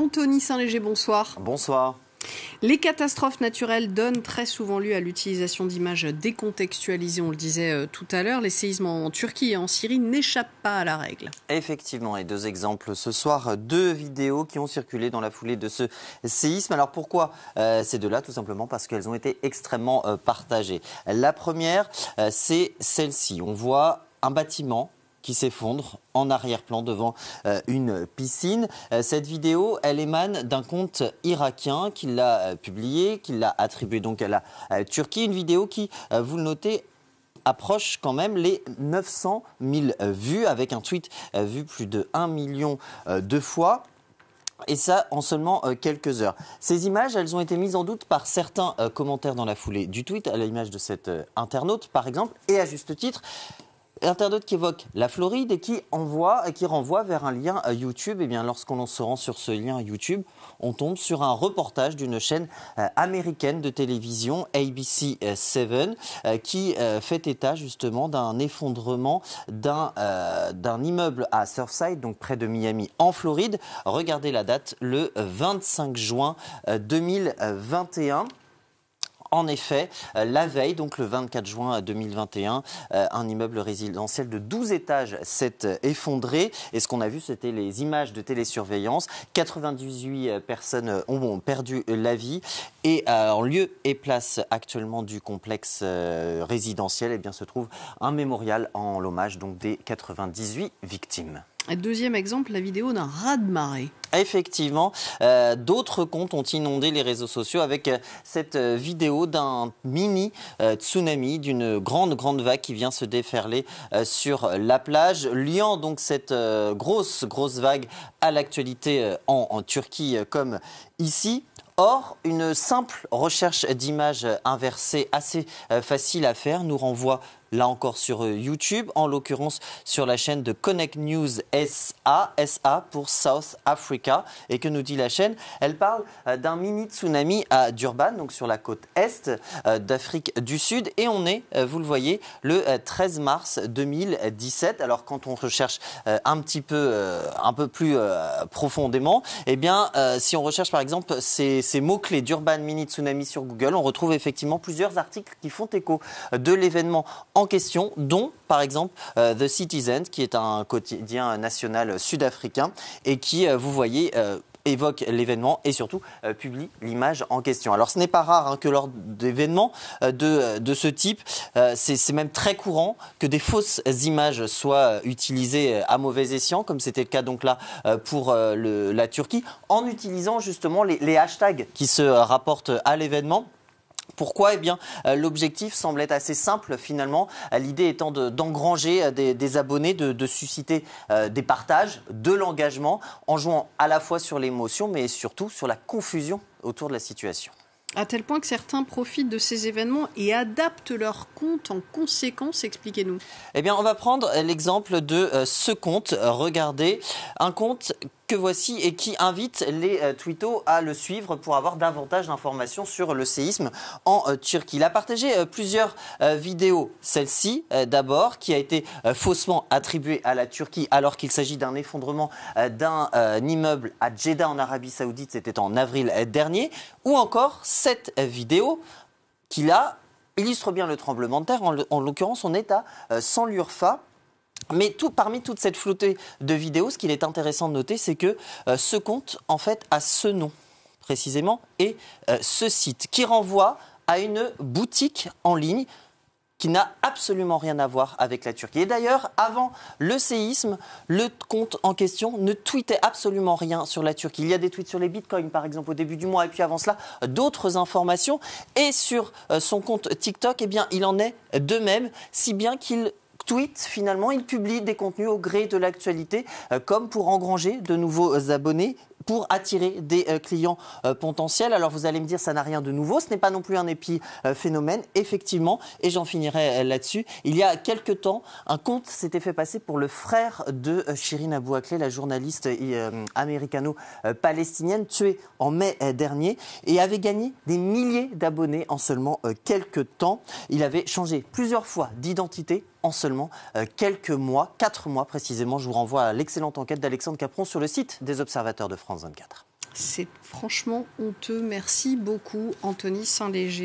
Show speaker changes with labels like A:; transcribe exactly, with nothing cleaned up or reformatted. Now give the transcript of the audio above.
A: Anthony Saint-Léger, bonsoir.
B: Bonsoir.
A: Les catastrophes naturelles donnent très souvent lieu à l'utilisation d'images décontextualisées, on le disait euh, tout à l'heure. Les séismes en Turquie et en Syrie n'échappent pas à la règle.
B: Effectivement, et deux exemples ce soir, deux vidéos qui ont circulé dans la foulée de ce séisme. Alors pourquoi euh, ces deux-là? Tout simplement parce qu'elles ont été extrêmement euh, partagées. La première, euh, c'est celle-ci. On voit un bâtiment qui s'effondre en arrière-plan devant euh, une piscine. Euh, cette vidéo, elle émane d'un compte irakien qui l'a euh, publié, qui l'a attribué donc à la euh, Turquie. Une vidéo qui, euh, vous le notez, approche quand même les neuf cent mille euh, vues, avec un tweet euh, vu plus de un million euh, de fois. Et ça en seulement euh, quelques heures. Ces images, elles ont été mises en doute par certains euh, commentaires dans la foulée du tweet, à l'image de cet euh, internaute par exemple, et à juste titre. Internaute qui évoque la Floride et qui envoie, qui renvoie vers un lien YouTube. Et bien, lorsqu'on se rend sur ce lien YouTube, on tombe sur un reportage d'une chaîne euh, américaine de télévision, A B C sept, euh, qui euh, fait état justement d'un effondrement d'un euh, d'un immeuble à Surfside, donc près de Miami, en Floride. Regardez la date, le vingt-cinq juin deux mille vingt et un. En effet, la veille, donc le vingt-quatre juin deux mille vingt et un, un immeuble résidentiel de douze étages s'est effondré. Et ce qu'on a vu, c'était les images de télésurveillance. quatre-vingt-dix-huit personnes ont perdu la vie. Et en lieu et place actuellement du complexe résidentiel, eh bien, se trouve un mémorial en l'hommage donc des quatre-vingt-dix-huit victimes.
A: Deuxième exemple, la vidéo d'un raz-de-marée.
B: Effectivement, euh, d'autres comptes ont inondé les réseaux sociaux avec euh, cette euh, vidéo d'un mini euh, tsunami, d'une grande, grande vague qui vient se déferler euh, sur la plage, liant donc cette euh, grosse, grosse vague à l'actualité euh, en, en Turquie euh, comme ici. Or, une simple recherche d'images inversées assez euh, facile à faire nous renvoie là encore sur YouTube, en l'occurrence sur la chaîne de Connect News S A, S A pour South Africa. Et que nous dit la chaîne? Elle parle d'un mini tsunami à Durban, donc sur la côte est d'Afrique du Sud. Et on est, vous le voyez, le treize mars deux mille dix-sept. Alors quand on recherche un petit peu, un peu plus profondément, eh bien, si on recherche par exemple ces, ces mots-clés Durban mini tsunami sur Google, on retrouve effectivement plusieurs articles qui font écho de l'événement en question, dont par exemple euh, The Citizen, qui est un quotidien national sud-africain et qui, euh, vous voyez, euh, évoque l'événement et surtout euh, publie l'image en question. Alors ce n'est pas rare hein, que lors d'événements euh, de, de ce type, euh, c'est même très courant que des fausses images soient utilisées à mauvais escient, comme c'était le cas donc là euh, pour euh, le, la Turquie, en utilisant justement les, les hashtags qui se rapportent à l'événement. Pourquoi? Eh bien, euh, l'objectif semble être assez simple finalement, euh, l'idée étant d'engranger de, des, des abonnés, de, de susciter euh, des partages, de l'engagement, en jouant à la fois sur l'émotion, mais surtout sur la confusion autour de la situation.
A: À tel point que certains profitent de ces événements et adaptent leur compte en conséquence, expliquez-nous.
B: Eh bien, on va prendre l'exemple de euh, ce compte. Regardez, un compte que voici et qui invite les euh, twittos à le suivre pour avoir davantage d'informations sur le séisme en euh, Turquie. Il a partagé euh, plusieurs euh, vidéos. Celle-ci, euh, d'abord, qui a été euh, faussement attribuée à la Turquie alors qu'il s'agit d'un effondrement euh, d'un euh, immeuble à Jeddah en Arabie Saoudite. C'était en avril euh, dernier. Ou encore cette euh, vidéo qui, là, illustre bien le tremblement de terre. En, en l'occurrence, on est à euh, Sanliurfa. Mais tout, parmi toute cette flottée de vidéos, ce qu'il est intéressant de noter, c'est que euh, ce compte, en fait, a ce nom, précisément, et euh, ce site, qui renvoie à une boutique en ligne qui n'a absolument rien à voir avec la Turquie. Et d'ailleurs, avant le séisme, le compte en question ne tweetait absolument rien sur la Turquie. Il y a des tweets sur les bitcoins, par exemple, au début du mois, et puis avant cela, d'autres informations. Et sur euh, son compte TikTok, eh bien, il en est de même, si bien qu'il tweet, finalement, il publie des contenus au gré de l'actualité, euh, comme pour engranger de nouveaux abonnés, pour attirer des euh, clients euh, potentiels. Alors vous allez me dire, ça n'a rien de nouveau, ce n'est pas non plus un épiphénomène, effectivement, et j'en finirai euh, là-dessus. Il y a quelque temps, un compte s'était fait passer pour le frère de euh, Shirin Abu Akleh, la journaliste euh, américano-palestinienne, tuée en mai euh, dernier, et avait gagné des milliers d'abonnés en seulement euh, quelques temps. Il avait changé plusieurs fois d'identité en seulement euh, quelques mois, quatre mois précisément. Je vous renvoie à l'excellente enquête d'Alexandre Capron sur le site des Observateurs de France vingt-quatre.
A: C'est franchement honteux. Merci beaucoup, Anthony Saint-Léger.